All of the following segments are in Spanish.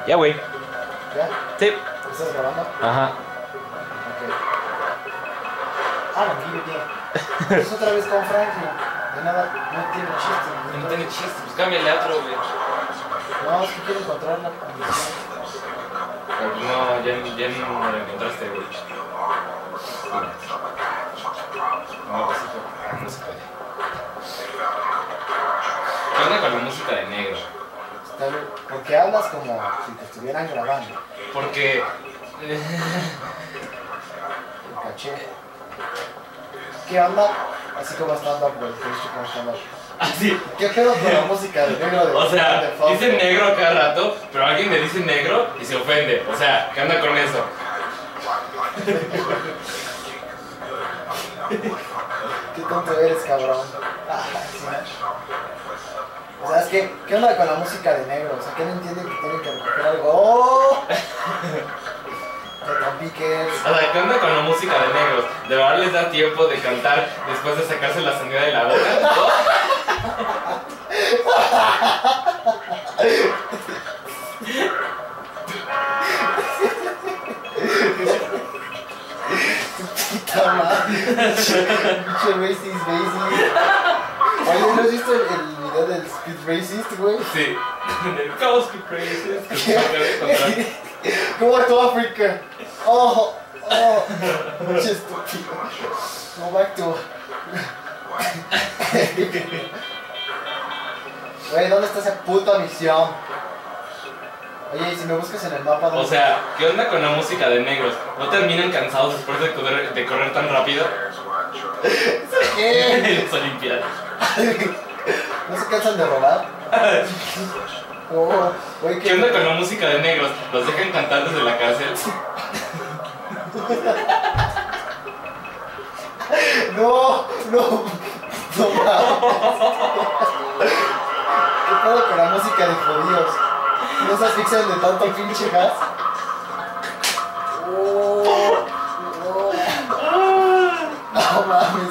Ya, güey. ¿Ya? Sí. ¿Estás grabando? Ajá. Ok. Ah, no, aquí bien. Es otra vez con Franklin. De nada, no tiene chiste. No tiene chiste, pues cámbiale a otro, güey. No, es que quiero encontrar la condición. Pero pues no, ya no me lo encontraste, güey. No, pues sí, no se puede. ¿Qué onda con la música de negro? Está bien, porque hablas como si te estuvieran grabando. Porque... El caché. ¿Qué onda? Así como stand-up, güey. ¿Qué viste como stand-up? Así. ¿Qué pedo con la música de negro de O sea, de fondo? dice negro cada rato, pero alguien me dice negro y se ofende. O sea, ¿qué onda con eso? ¿Qué tonto eres, cabrón? Sí. O sea, es que, ¿qué onda con la música de negro? O sea, ¿qué no entienden que tienen que recoger algo? ¡Oh! Que tampiques. O sea, ¿qué onda con la música de negros? ¿De verdad les da tiempo de cantar después de sacarse la sandía de la boca? Puta madre. Pinche racist, racist. Oye, ¿no has visto el video del Speed Racist, güey? Sí. El caos que crees. ¿Cómo actuó África? Oh, pinche estúpido. Go back to. Güey, ¿dónde está esa puta misión? Oye, ¿y si me buscas en el mapa? O sea, ¿qué onda con la música de negros? ¿No terminan cansados después de correr tan rápido? ¿Qué? En las Olimpiadas. ¿No se cansan de robar? Oh, güey, ¿Qué onda con la música de negros? ¿Los dejan cantar desde la cárcel? No mames. ¿Qué pedo con la música de judíos? ¿No se asfixian de tanto pinche gas? No mames.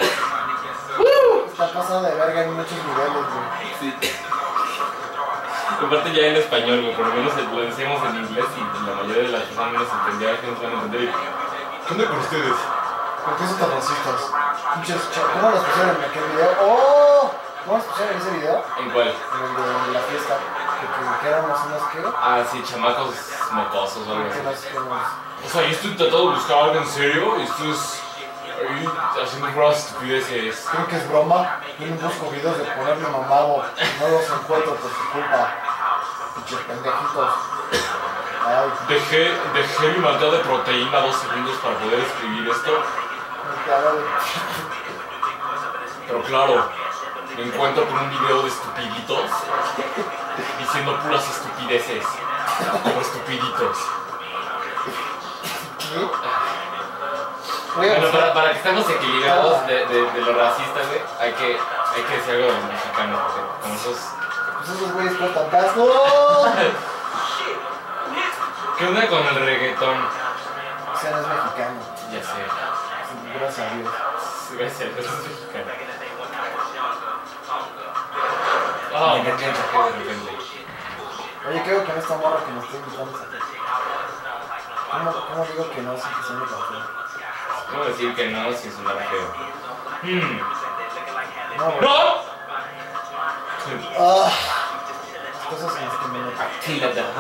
Está pasando de verga en muchos niveles, güey. Sí. Aparte ya en español, güey, por lo menos lo decíamos en inglés y la mayoría de las personas no nos entendía, que nos van a entender. ¿Qué onda con ustedes? ¿Por qué son tan racistas? Pinches ¿cómo los pusieron en aquel video? ¡Oh! ¿Cómo los pusieron en ese video? ¿En cuál? En el de la fiesta. Que éramos unos que... Ah, sí, chamacos mocosos o algo así. Que nos... O sea, yo estoy tratando de buscar algo en serio y estoy ahí haciendo puras estupideces. Creo que es broma. Yo no busco videos de ponerme mamado. No los encuentro por su culpa. Pinches pendejitos. Ay, Dejé mi maldad de proteína 2 segundos para poder escribir esto. Pero claro, me encuentro con un video de estupiditos diciendo puras estupideces. Como estupiditos. ¿qué? Bueno, para que estemos equilibrados de lo racista, güey, hay que decir algo de los mexicanos, porque como esos... Pues esos güeyes cortan gas. ¡No! ¿Qué onda con el reggaetón? O sea, no es mexicano. Ya sé. Gracias a Dios. Gracias, eso es mexicano. Ah, me encanta que de repente. Oye, ¿qué hago con esta morra que me está invitando? ¿Cómo digo que no sin que se me café? ¿Cómo decir que no sin sonar feo? No, güey. ¡No! Ah, cosas en las que me meto. Tila de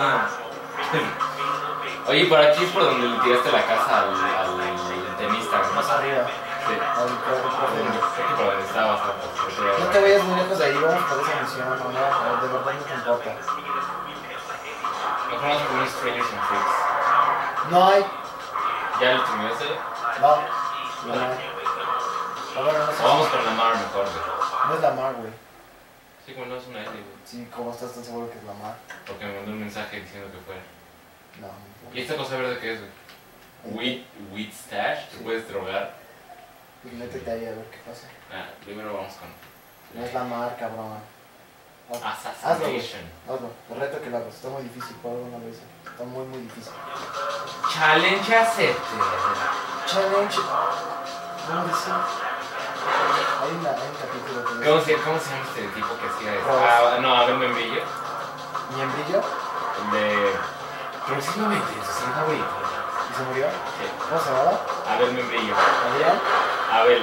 Oye, por aquí es por donde le tiraste la casa al tenista, ¿no? Más arriba. Sí. Creo que por donde estabas. No te vayas muy lejos de ahí, vamos por esa misión, no, de verdad no te importa. Nos vamos por unos Strangers and Freaks. No hay. ¿Ya lo terminaste? No hay. O bueno, no sé. Vamos con la mar mejor, güey. No es la mar, güey. Sí, como no es una L, güey. Sí, ¿cómo estás tan seguro que es la mar? Porque me mandó un mensaje diciendo que fuera. No. ¿Y esta cosa verde qué es, güey? Weed stash, ¿te puedes drogar? Pues métete ahí a ver qué pasa. Ah, primero vamos con No es la mar, cabrón. Assassination. Hazlo. Te reto que lo hagas. Está muy difícil, por algo no lo hice. Está muy, muy difícil. Challenge accepted. Challenge. ¿Cómo dice? Hay un capítulo que ¿Cómo se llama este tipo que hacía eso? Ross. Ah, no, a ver, membrillo. ¿Mi embrillo? El de... Próximamente en su cine favorito. ¿Y se murió? Sí. ¿Cómo se llamaba? Abel Membrillo. ¿Adrián? Abel.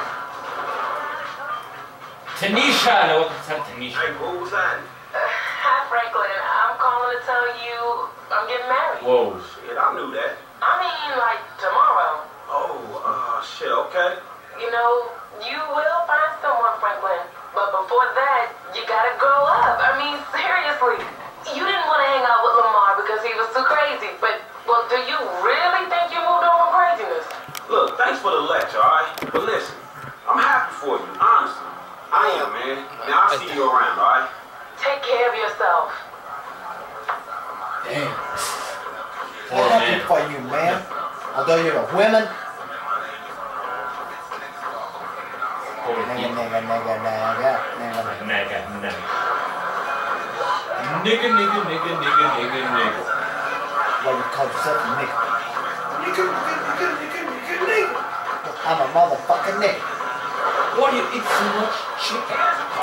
Tanisha, le voy a contestar Tanisha. Hey, what was that? Hi, Franklin. I'm calling to tell you I'm getting married. Wow. Shit, I knew that. I mean, like, tomorrow. Oh, shit, okay. You know, you will find someone, Franklin. But before that, you gotta grow up. I mean, seriously. You didn't want to hang out with Lamar because he was too crazy. But, well, do you really think you moved on from craziness? Look, thanks for the lecture, alright? But listen, I'm happy for you, honestly. I am, man. Now, I'll see you around, alright? Take care of yourself. Damn. I'm Poor happy man. for you, man. Although you're a woman. Pobre Nigga, tipo. nigga, nigga, nigga, nigga. Nigga, nigga. Nigga, nigga, nigga, nigga, nigga, nigga. Why you call yourself a nigga? Nigga. I'm a motherfucking nigga. Why do you eat so much chicken?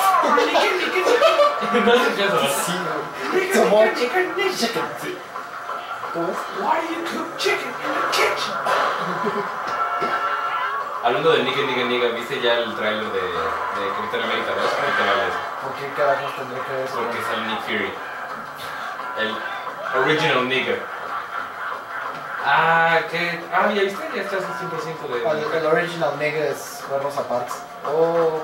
No haces caso, ¿verdad? Sí, güey. Too much chicken. ¿Cómo es? Why do you cook chicken in the kitchen? Hablando de nigga, ¿viste ya el trailer de Capitán América 2? Literal eso. ¿Por qué carajos tendría que ver eso? Porque sale Nick Fury. El original nigga. ¿Qué? ¿Ya viste? Ya estás al 100% de... El original nigga es Rosa Parks. Oh.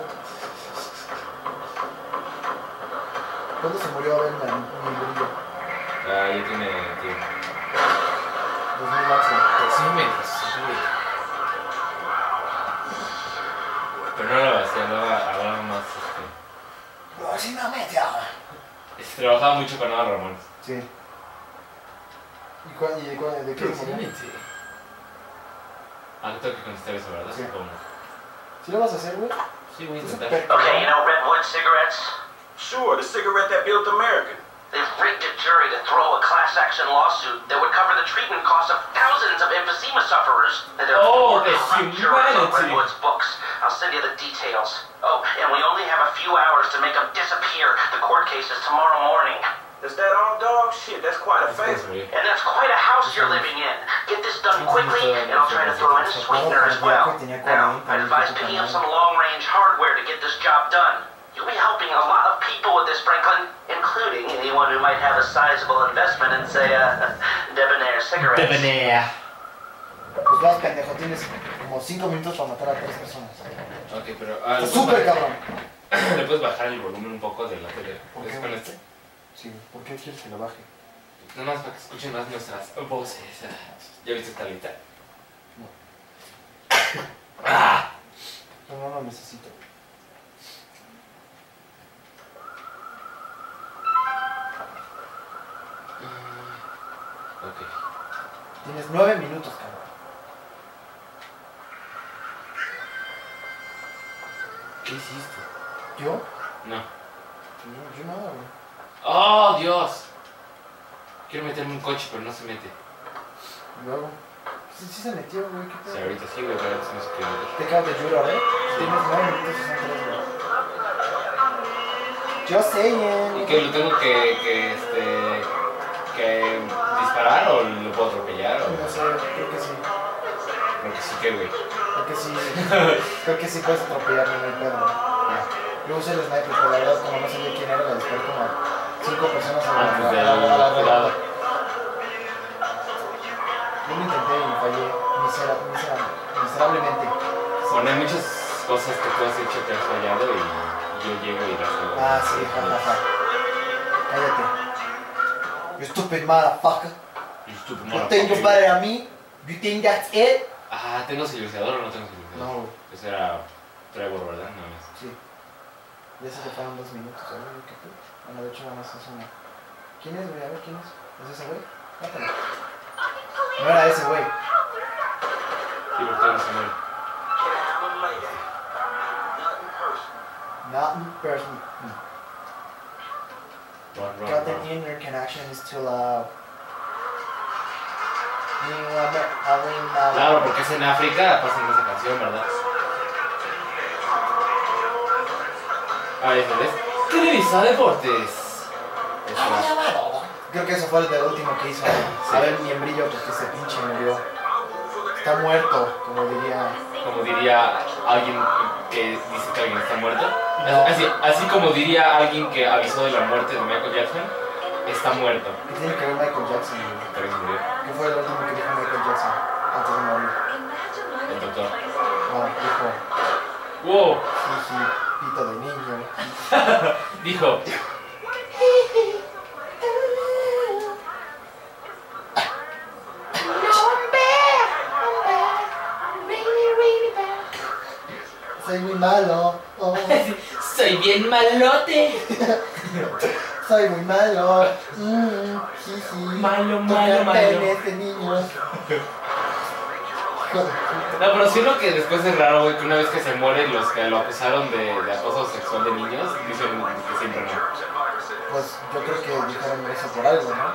¿Cuándo se murió Abel Membrillo? Ya tiene tiempo. 2011. Sí. Pero no lo hacía, hablaba más. Próximamente. Trabajaba mucho con Nada Ramones. Sí. ¿De qué se murió? Tengo que contestar eso, ¿verdad? Sí. Supongo. ¿Sí lo vas a hacer, güey? Sí, voy a Es intentar. súper Okay, you know Redwood cigarettes? Sure, the cigarette that built America. They've rigged a jury to throw a class action lawsuit that would cover the treatment costs of thousands of emphysema sufferers. And there are Oh, 4 the corrupt jurors on humanity. Redwood's books. I'll send you the details. Oh, and we only have a few hours to make them disappear. The court case is tomorrow morning. Is that all, dog? Shit, that's quite a favor. And that's quite a house you're living in. Get this done quickly, and I'll try to throw in a sweetener as well. Now, I advise picking up some long-range hardware to get this job done. You'll be helping a lot of people with this, Franklin, including anyone who might have a sizable investment in, say, Debonair cigarettes. Debonair. Pues vas, pendejo, tienes como 5 minutos para matar a 3 personas. Ok, pero... Está súper cabrón. ¿Le puedes bajar el volumen un poco de la tele? ¿Por ¿Es qué? con este? Sí, ¿por qué quieres que lo baje? Nada más para que escuchen más nuestras voces. ¿Ya viste esta lista? No. ¡Ah! No lo necesito. Ok. Tienes 9 minutos, cabrón. ¿Qué hiciste? ¿Yo? No. Yo nada, güey. ¡Oh, Dios! Quiero meterme un coche, pero no se mete. Luego. Sí se metió, güey, qué O pedo. sea, ahorita sí, güey, pero antes no se quiere meter. Te acabas de llorar, ¿eh? Tienes 9 minutos y son 3, güey. Yo sé, ¿Y qué? ¿Lo tengo que disparar o lo puedo atropellar? O... No sé, creo que sí. Creo que sí, ¿qué, güey? Creo que sí puedes atropellarme, no hay pedo, güey. Yo usé el sniper, pero la verdad, como no sabía quién era, le disparé como a 5 personas a Antes de la la redonda. Yo lo intenté y fallé miserablemente. Bueno, hay muchas cosas que tú has hecho que has fallado y yo llego y las hago. Ah, sí, jajaja. Cállate. You stupid motherfucker. You think you're better than me? You think that's it? ¿Tengo silenciador o no tengo silenciador? No, güey. Ese era Trevor, ¿verdad? Nada más. Sí. Ya se te fueron 2 minutos, a ver, ¿qué fue? Bueno, de hecho, nada más es una. ¿Quién es, güey? A ver, ¿quién es? ¿Es ese güey? Mátalo. No era ese güey. Sí, porque no se muere. Not in person. Run. Got the inner connections to Claro, porque es en África, pasan esa canción, ¿verdad? Ahí ves. Televisa Deportes. Creo que eso fue el último que hizo. A ver, miembrillo, porque ese pinche murió. Está muerto, como diría alguien que dice que alguien está muerto. No. Así como diría alguien que avisó de la muerte de Michael Jackson, está muerto. ¿Qué tiene que ver Michael Jackson, güey? Pero se murió. ¿Qué fue el último que dijo Michael Jackson antes de morir? El doctor. No, dijo, ¡Wow! jiji, pito de niño. Dijo. Soy muy malo. Oh. Soy bien malote. Soy muy malo. Jiji. Malo, Toca malo, malo. pene este niño. No, pero siento que después es raro, güey, que una vez que se muere los que lo acusaron de acoso sexual de niños, dicen que siempre no. Pues yo creo que dijeron eso por algo, ¿no?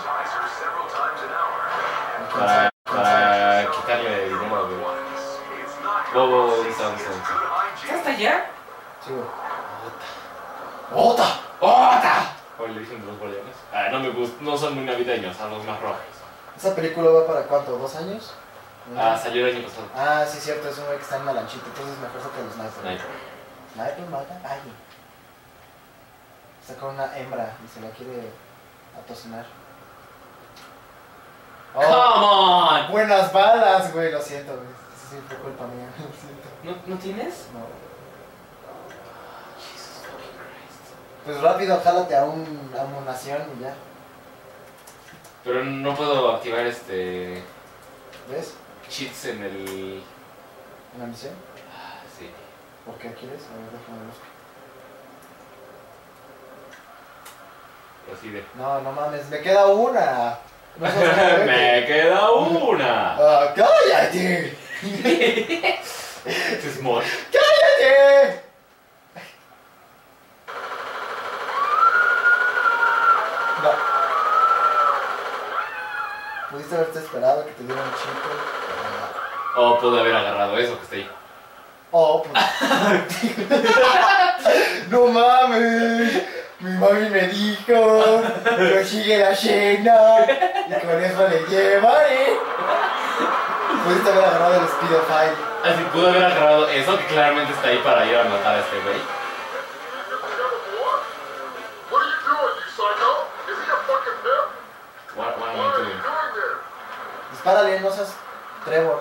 Para quitarle dinero, güey. Wow, ¿Ya está allá? Sí, güey. ¡Ota! ¡Ota! O le dicen de los guardianes. No me gusta, no son muy navideños, a los más rojos. ¿Esa película va para cuánto? ¿2 años? Salió el año pasado. Ah, sí, cierto, es un güey que está en una lanchita, entonces mejor saca los snipers. Sniper. Sniper mata a alguien. Está con una hembra y se la quiere atosinar. ¡Come on! Buenas balas, güey, lo siento, güey. Eso sí fue culpa mía, lo siento. ¿No tienes? No. Pues rápido, jálate a una nación y ya. Pero no puedo activar ¿Ves? cheats en el... ¿Una misión? Sí. ¿Por qué quieres? A ver, déjame buscar. Así de... No, no mames, me queda una. No seas ojete. ¡Me queda una! ¡Ah, cállate! Es small. ¡Cállate! No. Pudiste haberte esperado que te diera un chico. O pude haber agarrado eso que está ahí. Oh, pues. No mames. Mi mami me dijo, no sigue la cena. Y con eso le llevaré. Pudiste haber agarrado el Speedophile. Así pude haber agarrado eso que claramente está ahí para ir a matar a este güey. What am I doing? Dispárale, no seas Trevor.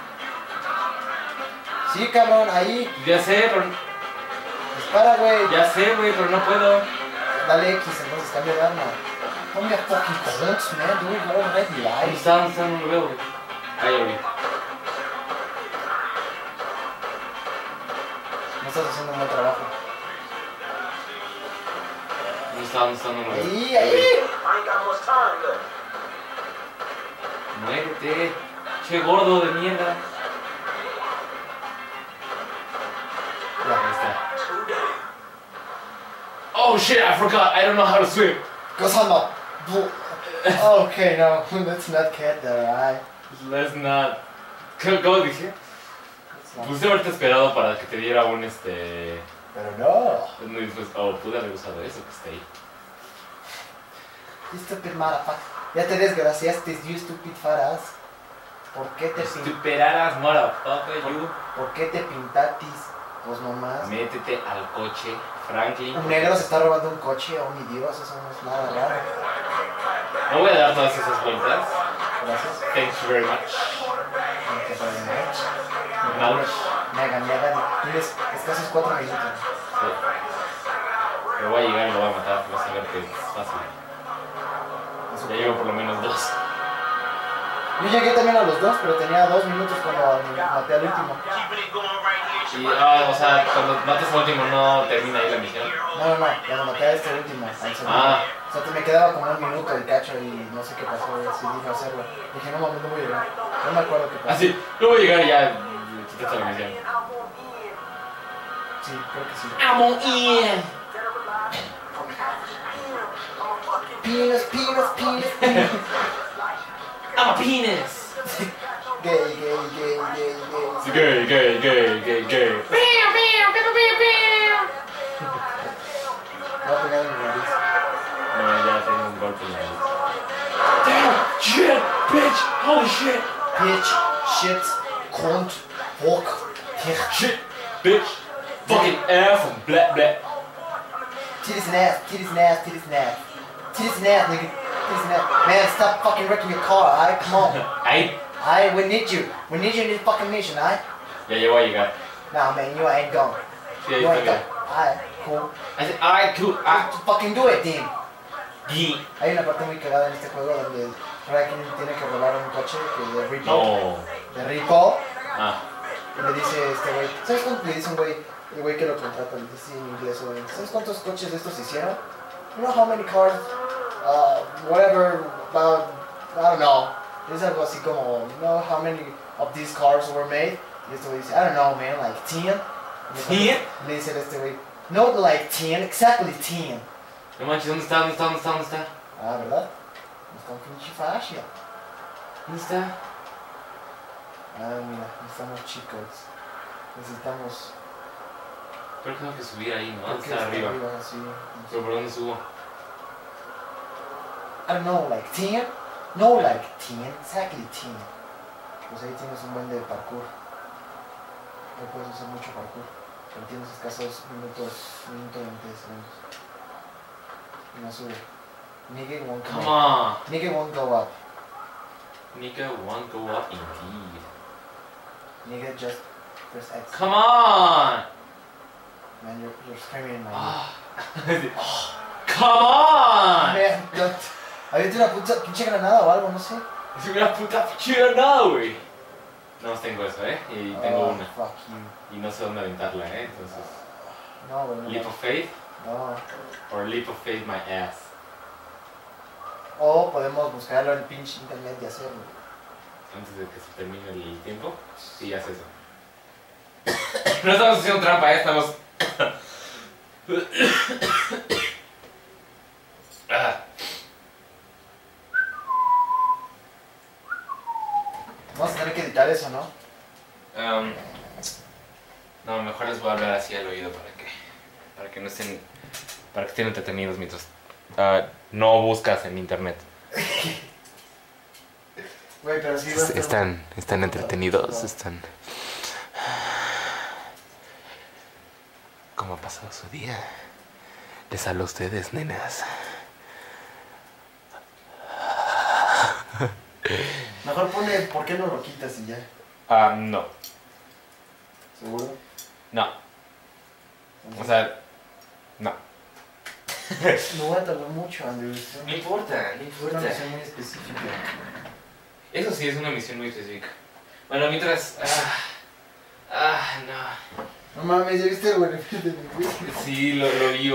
Sí, cabrón, ahí. Ya sé, pero... Dispara, güey. Ya sé, güey, pero no puedo. Dale X, entonces cambia de arma. Ponme a fucking close, man. Do it already, ¿Dónde live. está? No lo veo, güey. Ahí lo vi. No estás haciendo un buen trabajo. ¿Dónde está? No lo veo. Ahí, ahí. I ain't got much time left. Muérete. Che gordo de mierda. Ahí está. Oh shit, I forgot. I don't know how to swim. Cause I'm a okay, no, let's not get there, alright. Let's not... ¿Cómo dije? Puse haberte esperado para que te diera un Pero no. Y después, pude haber usado eso que está ahí. You stupid motherfucker. Ya te desgraciaste, you stupid fat ass. ¿Por qué te Estuperaras, motherfucker, you. ¿Por qué te pintatis? Pues nomás. Métete al coche, Franklin. Un negro se está robando un coche, oh mi Dios, eso no es nada raro. No voy a dar todas esas vueltas. Gracias. Thank you very much. Much. Mega, tienes escasos 4 minutos. Sí. Pero voy a llegar y lo voy a matar, vas a ver que es fácil. Eso Ya que- llevo por lo menos 2. Yo llegué también a los 2, pero tenía 2 minutos cuando maté al último. Keeping it going right here. Y, o sea, cuando matas al último no termina ahí la misión. No, cuando maté a este último, al segundo. Ah. O sea, me quedaba como un minuto y cacho y no sé qué pasó, decidí no hacerlo. Dije, no mames, no voy a llegar. No me acuerdo qué pasó. Así, no voy a llegar y ya quitaste la misión. Sí, creo que sí. I'm on in. Penis. I'm a penis. Gay. Sí, gay. Me voy a pegar en mi nariz. No, ya tengo un golpe en la nariz. Bitch! Holy shit! Bitch, shit, cunt, fuck, dick, Shit! Bitch! Fucking ass and blah blah. titties and ass, titties and ass, titties and ass. Titties and ass, nigga. Titties and ass. Man, stop fucking wrecking your car, alright? Come on. Ahí. Alright, we need you. We need you in this fucking mission, alright? Ya llegó a llegar. Nah, man, you ain't going. Sí, ahí You está ain't bien. going. Alright, cool. Ay, tú. Ah. Fucking do it, team. Y. Hay una parte muy cagada en este juego donde Kraken tiene que robar un coche que de Rico. No. De Rico. Ah. Y le dice este güey, ¿sabes cuánto? Le dice un güey, el güey que lo contrata, le dice en inglés, güey, ¿sabes cuántos coches de estos se hicieron? You know how many cars, whatever, about, I don't know. Es algo así como, you know how many of these cars were made? Y este güey dice, I don't know, man, like 10. 10? Le dice a este güey, no like 10, exactly 10. No manches, ¿dónde está? ¿Dónde está? ¿Dónde está? ¿Dónde está? Ah, ¿verdad? Está un pinche fascia. ¿Dónde está? Ah, mira, necesitamos chicos. Necesitamos... Creo que tengo que subir ahí, ¿no? creo que Está arriba. sí. ¿Pero por dónde subo? I don't know, like 10? No, like 10, exactly 10. Pues ahí tienes un buen de parkour. No puedes hacer mucho parkour. Pero tienes escasos minuto 20 segundos. Y no sube. Nigga won't Come go on! up. Nigga won't go up. Nigga won't go up indeed. Nigga just press X. Come on! Man, you're screaming in my ear. Ah. Come on! Man, don't. Avienta una puta pinche granada o algo, no sé. Es una puta pichera, no, güey. No más tengo eso, ¿eh? Y tengo Oh, una. fuck you. Y no sé dónde aventarla, ¿eh? Entonces. No, güey, no. Leap of faith No. or leap of faith my ass. O podemos buscarlo en pinche internet y hacerlo. Antes de que se termine el tiempo. Sí, haz eso. No estamos haciendo trampa, ¿eh? Estamos. Ah. Vamos a tener que editar eso, ¿no? No, mejor les voy a hablar así al oído para que no estén, para que estén entretenidos mientras no buscas en internet. Güey, pero sí va a estar- Están entretenidos, están. ¿Cómo ha pasado su día? Les hablo a ustedes, nenas. Mejor pone ¿por qué no lo quitas y ya? No. ¿Seguro? No. O sea, no. No va a tardar mucho, Andrew. No importa, no Es una misión muy específica. Eso sí es una misión muy específica. Bueno, mientras. No. No mames, ¿ya viste el whatever de bebé? Sí, lo vi,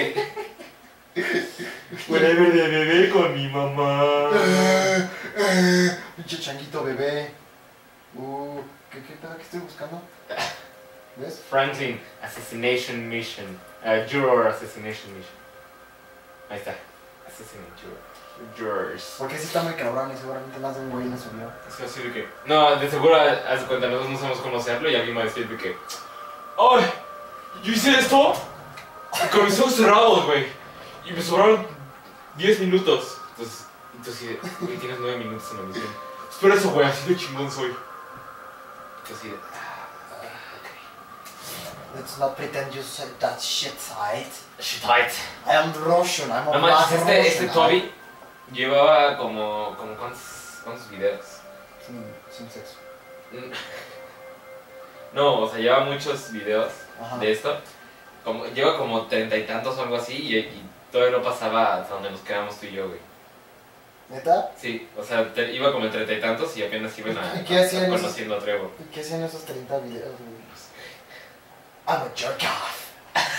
Whatever de bebé con mi mamá. Pinche changuito bebé. ¿Qué pedo que estoy buscando? ¿Ves? Franklin Assassination Mission. Juror Assassination Mission. Ahí está. Assassinate Jurors. Porque sí está muy cabrón y seguramente más de un güey lo subió. Es que así de que. No, de seguro, haz de cuenta, nosotros no sabemos cómo hacerlo y alguien va a decir de que. ¡Ay! ¿Yo hice esto? Con mis ojos cerrados, güey. Y me sobraron 10 minutos. Entonces, güey, tienes 9 minutos en la misión. Espera eso, güey, así de chingón soy. Entonces, Let's not pretend you said that shit, right? shit, right. I am Russian, I'm a No manches, Russian. este Toby llevaba como ¿cuántos videos? Sin sexo. No, o sea, lleva muchos videos Ajá. de esto. Lleva como 30 y tantos o algo así y todavía no pasaba hasta donde nos quedamos tú y yo, güey. ¿Neta? Sí, o sea, iba como en 30 y tantos y apenas iban ¿Y qué hacían esos? conociendo a Trevor. ¿Qué hacían esos 30 videos, güey? I'm a jerk off.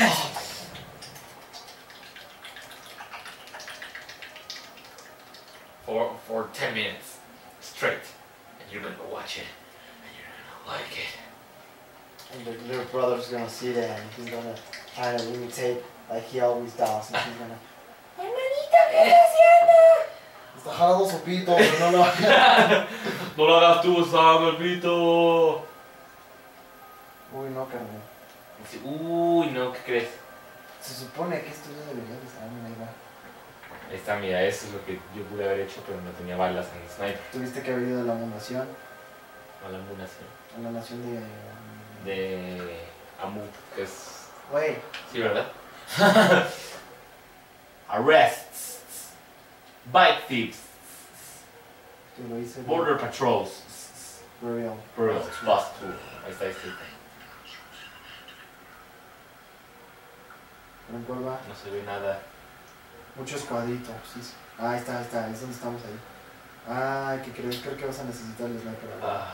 For 10 minutes straight. And you're gonna watch it. And you're gonna like it. And the little brother's gonna see that and he's gonna try to imitate like he always does. And he's gonna... ¡Hermanita, qué estás haciendo! Está jalando su pito, pero no lo hagas. No lo hagas tú, Sam, el pito. Uy, no, carnal. Uy, no, ¿qué crees? Se supone que esto ya debería de estar, mira, ahí va. Ahí está, mira, eso es lo que yo pude haber hecho, pero no tenía balas en el sniper. Tuviste que haber ido a la nación. A la munición. A la nación De Amu, que es... Güey. Sí, ¿verdad? Arrests. Bike thieves. Tú lo hice. Border patrols. Burial. Burials. Plus 2. Ahí está escrito. ¿En cuál va? No se ve nada. Muchos cuadritos. Sí. Ahí está. Es donde estamos ahí. Ay, ¿qué crees? Creo que vas a necesitar el sniper ahora.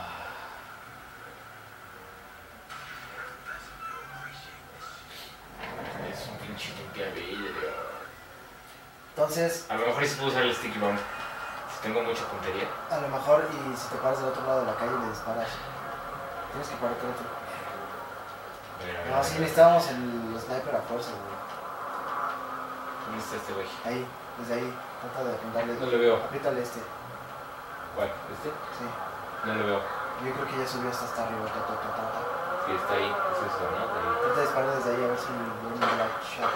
Es un pinche limpiavidrio. Entonces, A lo mejor sí puedo usar el sticky bomb. Si tengo mucha puntería. a lo mejor, y si te paras del otro lado de la calle le disparas. Tienes que pararte al otro. No, sí necesitábamos el sniper a fuerza, güey. ¿Dónde está este güey? Ahí, desde ahí. Trata de apuntarle. No lo veo. Apriétale este. ¿Cuál? ¿Este? Sí. No lo veo. Yo creo que ya subió hasta arriba. Sí, está ahí. Es eso, ¿no? Ahí. Trata de disparar desde ahí a ver si viene la shot.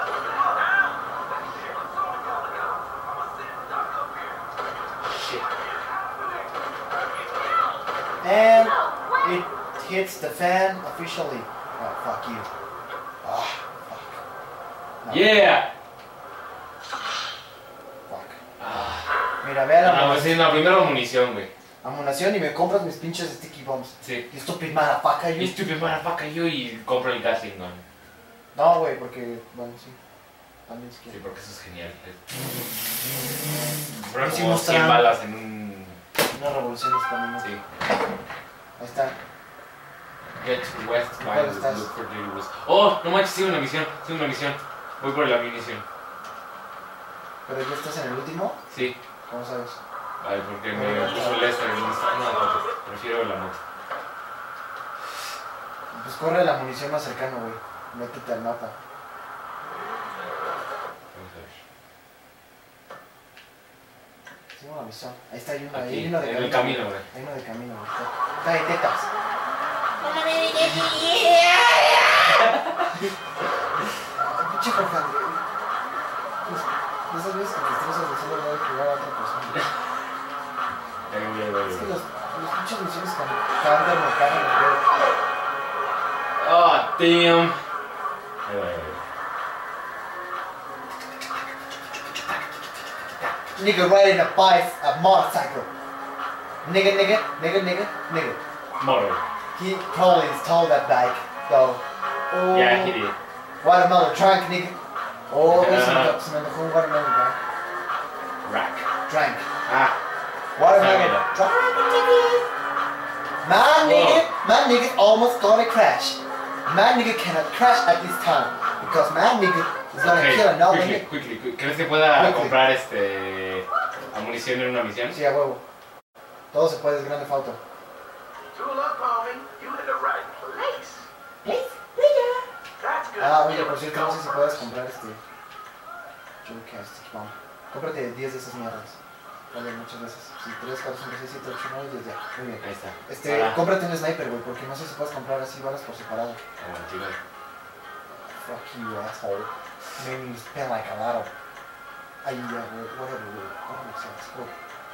Shit. And it hits the fan officially. Oh, fuck you. Ah, fuck. No, Yeah! fuck. Ah, Mira, ve a la no, sí, no, primero munición, güey. munición y me compras mis pinches sticky bombs. Sí. You stupid motherfucker, Y you. estúpido motherfucker yo y compro el Gatling gun. No, güey, porque, bueno, sí. También si Sí, quieres. porque eso es genial. Próximo 100 balas en un... Una revolución es para mí. Sí. Ahí está. Get to west ¿Cuál by estás? look for the west. Oh, no manches, sigo una misión. Voy por la munición. Pero ya estás en el último, Sí. ¿cómo sabes? Ay, porque me puso el Lester. No, prefiero la moto. Pues corre a la munición más cercano, güey. Métete al mapa. Vamos a ver. Sí, una misión. Ahí está, hay uno, Aquí, hay uno de en el camino, güey. Hay uno de camino, güey. Está de tetas. Pinche Jorge, güey. De esas veces que te estresas de solo no jugar a otra persona. Es que los pinches misiones que acaban de arrancar en los dedos. Oh, damn. Ahí va. Nigga riding a motorcycle. Nigga. Motor. He probably stole that bike, though. Oh, Yeah, he did. watermelon drunk, nigga. Oh, Yeah. se me dejó un watermelon drunk. Rack. Drunk. Ah. Watermelon Mira. drunk, nigga. My nigga almost gonna crash. My nigga cannot crash at this time because my nigga is gonna kill another nigga. Quickly. ¿Crees que pueda Quickly. comprar munición en una misión? Sí, a huevo. Todo se puede, es grande falta. Tool up, homie. You in the right place. That's good. Ah, oye, por cierto, no sé si puedes comprar Joycast, vamos. Cómprate 10 de esas mierdas. Vale, muchas veces. Sí, 3, 4, 5, 6, 7, 8, 9, 10 ya. Muy bien. Ahí está. Ahora. Cómprate un sniper, güey, porque no sé si puedes comprar así balas por separado. Sí, vale. Fuck you, asshole. Maybe you spend like a lot of... Ay, ya, güey, whatever, güey. Whatever makes sense. Go.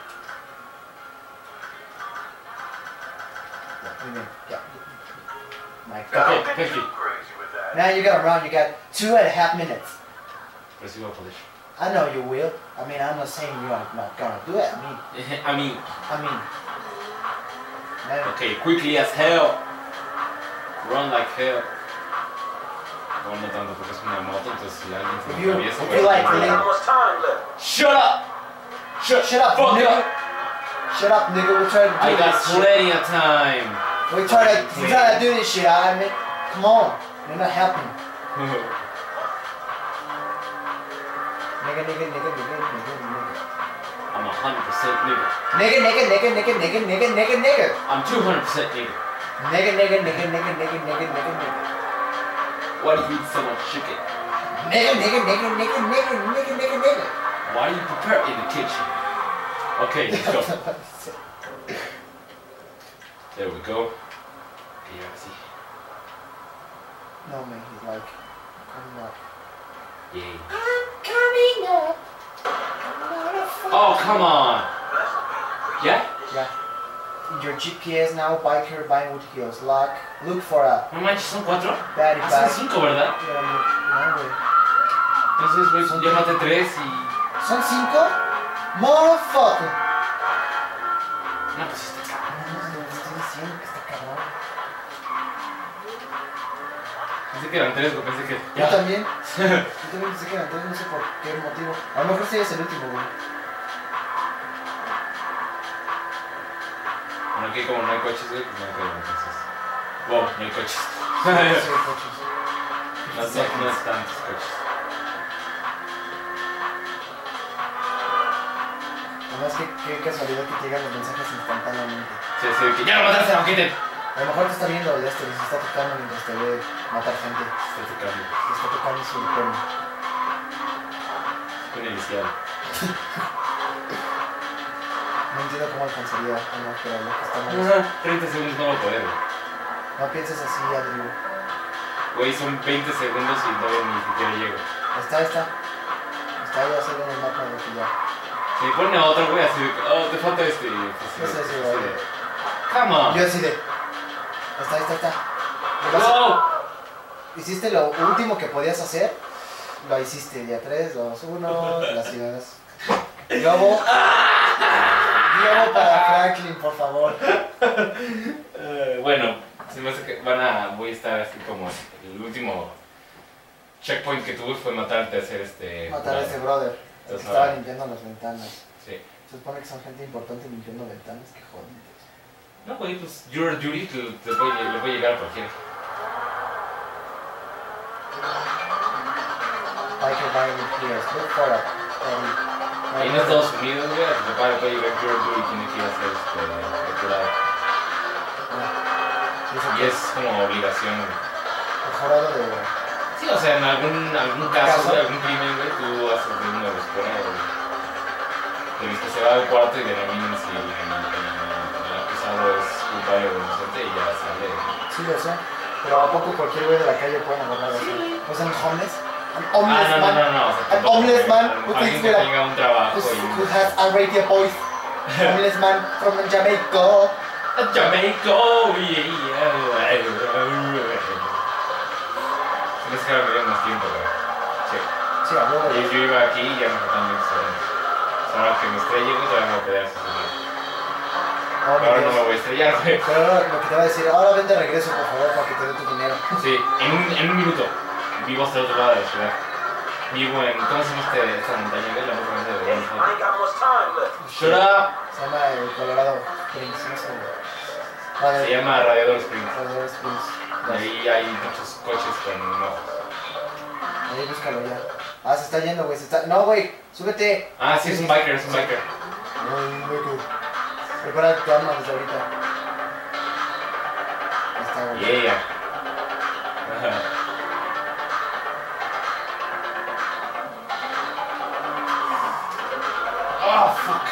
Yeah, muy bien, ya. My God. Okay, Don't get thank too you. crazy with that. Now you got around, you got 2.5 minutes. Pero sí voy a poder. I know you will. I mean, I'm not saying you're not gonna do it. I mean, Man, okay, quickly as hell. Run like hell. Bueno, no tanto porque es una moto, entonces si alguien se If me you- atraviesa, if pues, you like no hay to How problema. much time left? Shut up! shut up, fuck nigga. up. Shut up, nigga. We're trying to do I got this shit. plenty of time. We're trying to do this shit, alright, man? Come on. You're not helping. Nigga. I'm 100% nigga. Nigga. I'm 200% nigga. Nigga. Why do you eat so much chicken? Nigga. Why do you prepare in the kitchen? Okay, let's go. There we go. Okay, ahora sí. No, man, he's like, coming up. Yay. I'm coming up. Oh, come on. ¿Ya? Ya. Your GPS now, biker, Vinewood Hills. Look for a No manches, ¿son 4? batty Ah, bag. son 5, ¿verdad? No, güey. Entonces, güey, ya maté 3 y... ¿Son 5? Motherfucker. No, pues está cabrón. No, estoy diciendo que está cabrón. Pensé que eran 3, güey, pensé que... Yo también. Yo también pensé que eran 3, no sé por qué motivo. A lo mejor este es el último, güey. Bueno, aquí como no hay coches, güey, pues no hay pedo, entonces... Wow, no hay coches. Sí, coches. No es tantos coches. Además, qué casualidad que te llegan los mensajes instantáneamente. Sí, sí, que ya lo mataste, no quiten. A lo mejor te está viendo el este y se está tocando mientras te ve matar gente. Está tocando. Te está tocando su pelo. Con inicial. No entiendo cómo alcanzaría uno, pero lo que está mal. 30 segundos no va a poder, güey. No pienses así, Andrew. Güey, son 20 segundos y todavía ni siquiera llego. Está. Está ahí a hacer en el mapa de que ya. Si pone a otro, güey, así de que, oh, te falta este. Y pues, Sí, sí, así güey. de, come on. Yo así de. Está. Wow. Hiciste lo último que podías hacer. Lo hiciste. Ya 3, 2, 1. Las ciudades. Globo para Franklin, por favor. Bueno, se me hace que voy a estar así como el último checkpoint que tuve fue matar al tercer Matar a ese brother. El que Entonces, estaba ahora- limpiando las ventanas. Sí. Se supone que son gente importante limpiando ventanas. Que jodidos. No, güey, pues Jury le puede llegar a cualquiera. Biker Vinewood Hills. Look for a Ahí en Estados Unidos, güey, a tu papá le puede llegar Jury y tiene que ir a hacer doctorado. Y es como obligación, güey. Mejorado de. Sí, o sea, en algún caso, ¿Caso? güey, algún crimen, güey, tú haces un nuevo escuela, güey. De los que se va al cuarto y denominan si el acusado es culpable o inocente y ya sale. Sí, lo sé. Pero ¿a poco cualquier güey de la calle pueden agarrar así? ¿O sea, un homeless? An homeless Ah, man? no, o sea, An tampoco, homeless güey. man A lo who mejor takes alguien que care tenga un trabajo who y... has a radio voice. Homeless man from Jamaica. Jamaica, yeah. Se me hace que ahora me dio más tiempo, güey. Sí. Sí, a huevo. Y yo iba aquí y ya me faltan 20 segundos. Ahora que me estrelle, güey, todavía me voy a poder asesinar. Oh, mi Ahora no Dios. me voy a estrellar, güey. Pero ahora lo que te va a decir, ahora ven de regreso, por favor, para que te dé tu dinero. Sí, en un minuto. Vivo hasta el otro lado de la ciudad. Vivo en, ¿cómo se llama esta montaña? ¿Ves? La más grande de Hey, I ain't got much time left. Shut up. Se llama el Colorado Springs, no sé. Se llama Radiador Springs. Colorado Springs. Ahí hay muchos coches con ojos. Ahí búscalo ya. Ah, se está yendo, güey. No, güey, súbete. Ah, sí, es un biker, es un biker. Ay, güey. Prepara tu arma desde ahorita. Ahí está, güey. Yeah. Oh, fuck.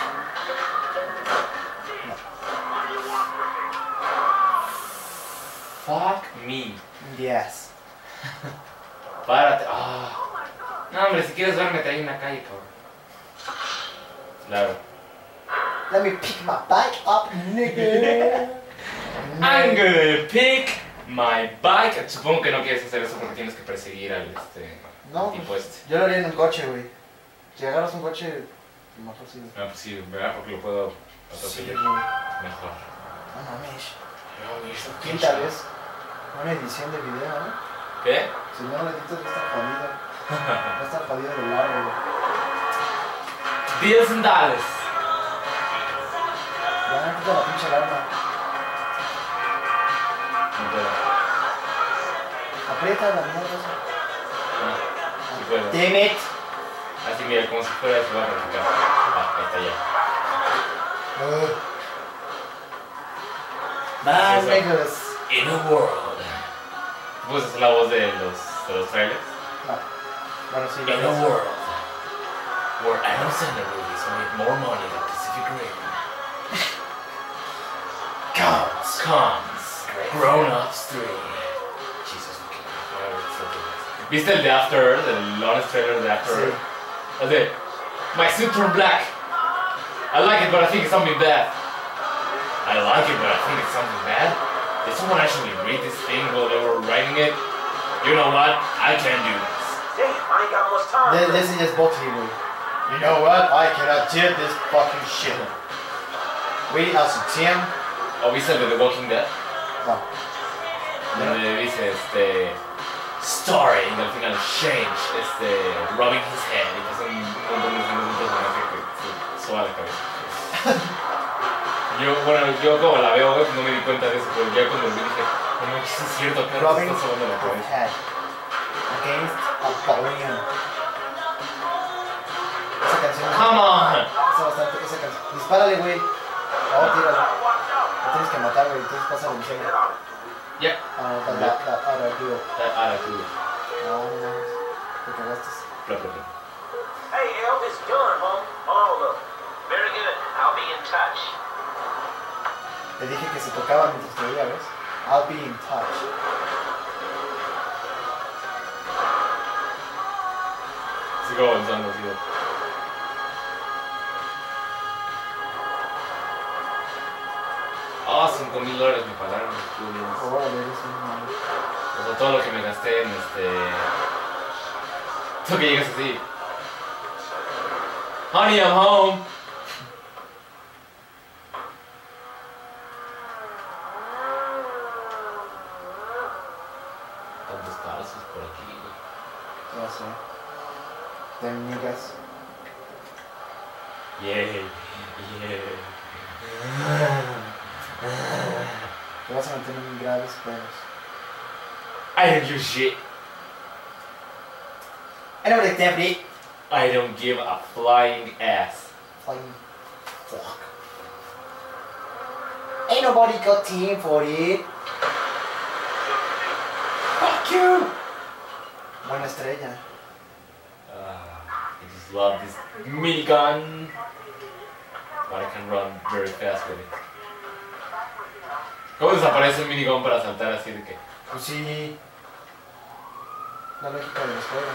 Fuck me. Yes. Párate. Ah. No, hombre, si quieres verme, ahí en la calle, cabrón. Claro. Let me pick my bike up, nigga. I'm gonna pick my bike. Supongo que no quieres hacer eso porque tienes que perseguir al No, tipo este. yo lo haría en un coche, güey. Si agarras un coche, mejor sí. Ah, pues sí, ¿verdad? Porque lo puedo Sí, atropellar güey. mejor. No mames. No, ¿Quién tal vez? Una edición de video, ¿no? ¿Qué? Si no lo editas, va a estar jodido. Va a estar jodido de largo, güey. $10. Ya, quita la pinche alarma. No puedo. Aprieta la mierda esa. No, sí puedo. Damn it. Así mira, como si fuera se va a practicar. Ah, ahí está ya. Bye, Eso. niggas. In a world. ¿Puedes hacer la voz de los trailers? No. Bueno, sí, In a lo world where Adam Sandler movies make more money than Pacific Rim, comes Grown-Ups 3. Jesus fucking Christ. ¿Viste el de After Earth? El honest trailer de After Sí. Earth. El de My suit turned black. I like it, but I think it's something bad. I like it, but I think it's something bad. Did someone actually read this thing while they were writing it? You know what? I can't do this. Damn, I ain't got much time. This is just boxing, güey. You know what? I cannot do this fucking shit. We as a team. ¿O viste el de The Walking Dead? No. Donde dice story y al final change, rubbing his head y pasa un montón de personajes que se soba la cabeza. Yo como la veo no me di cuenta de eso, pero ya cuando lo vi dije, no, sí es cierto, claro que está sobando la cabeza. Head against Apollyon. Esa canción. Come on! Esa canción. Dispárale, güey. Oh, tíralo. Lo tienes que matar, güey. Entonces pasa la misión. Yeah. That other duo. No. Te cagaste. Hey, El, it's done, home. All of it. Very good. I'll be in touch. Te dije que se tocaba mientras te veía, ¿ves? I'll be in touch. Sigo avanzando, sigo. Ah, $5,000 me pagaron. Órale, eres un malo. O sea, todo lo que me gasté en Tú que llegas así. Honey, I'm home. Tantos pasos por aquí, güey. Ya sé. Te niggas. Yeah. Te vas a meter en graves pedos. I don't give shit. I know what it's definitely. I don't give a flying ass. Flying fuck. Ain't nobody got team for it. Fuck you! Buena estrella. I just love this minigun. But I can run very fast with it. ¿Cómo desaparece el minigun para saltar así de que? Pues sí. La lógica de los juegos.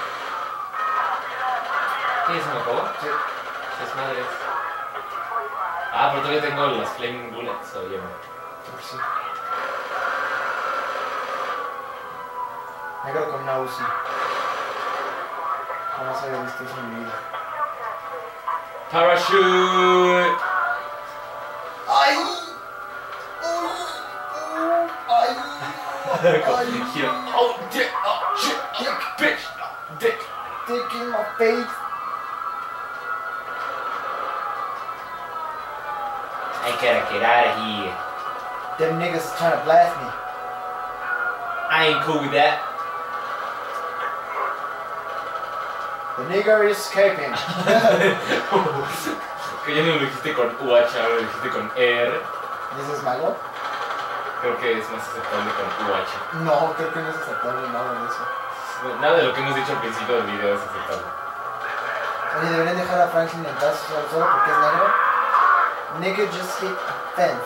¿Qué es? ¿Se me acabó? Sí. Es madres. Ah, pero todavía tengo las Flaming Bullets, o ya no. Pues sí. Negro con una Uzi. Jamás había visto eso en mi vida. Parachute! ¡Ay! ¡Ay! Here. Oh, dick! Oh, shit! Oh, bitch! Oh, dick! Dick in my face. I gotta get out of here. Them niggas is trying to blast me. I ain't cool with that. The nigger is escaping. Que ya no lo dijiste con UH, ahora lo dijiste con R. ¿Y eso es malo? Creo que es más aceptable con UH. No, creo que no es aceptable nada de eso. Nada de lo que hemos dicho al principio del video es aceptable. Oye, deberían dejar a Franklin en paz solo porque es negro. Nigga just hit a fence.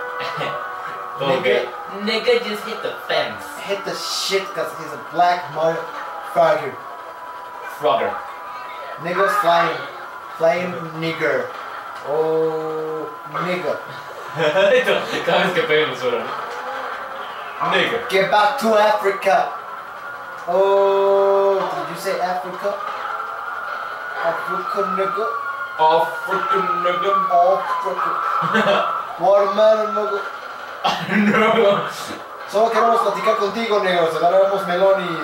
Okay. Nigga just hit the fence. Hit the shit because he's a black motherfucker. Frogger. Niggas flying. Flying nigger. Oh, nigga. Cada vez que peguen lo suena, ¿no? Nigga. Get back to Africa. Oh, did you say Africa? Africa, nigga. African nigga. Africa. Watermelon, nigga. No. Solo queremos platicar contigo, negro. Se daremos melón y...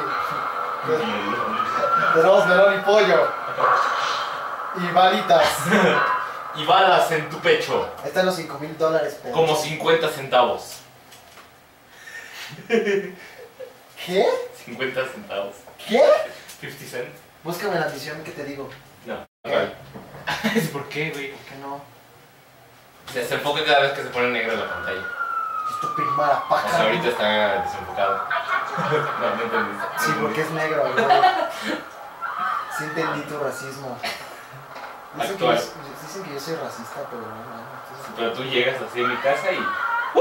Tenemos melón y pollo. Y balitas. Y balas en tu pecho. Están los $5,000, pero... Como 50 centavos. ¿Qué? 50 centavos. ¿Qué? 50 cents. Búscame la misión que te digo. No. ¿Qué? ¿Por qué, güey? ¿Por qué no? Se enfoca cada vez que se pone negro en la pantalla. Stupid O motherfucker. sea, ahorita está desenfocado. No entendiste. Sí, porque es negro, güey. Sí entendí tu racismo. Actual. Dicen que yo soy racista, pero no. Entonces... Pero tú llegas así a mi casa y...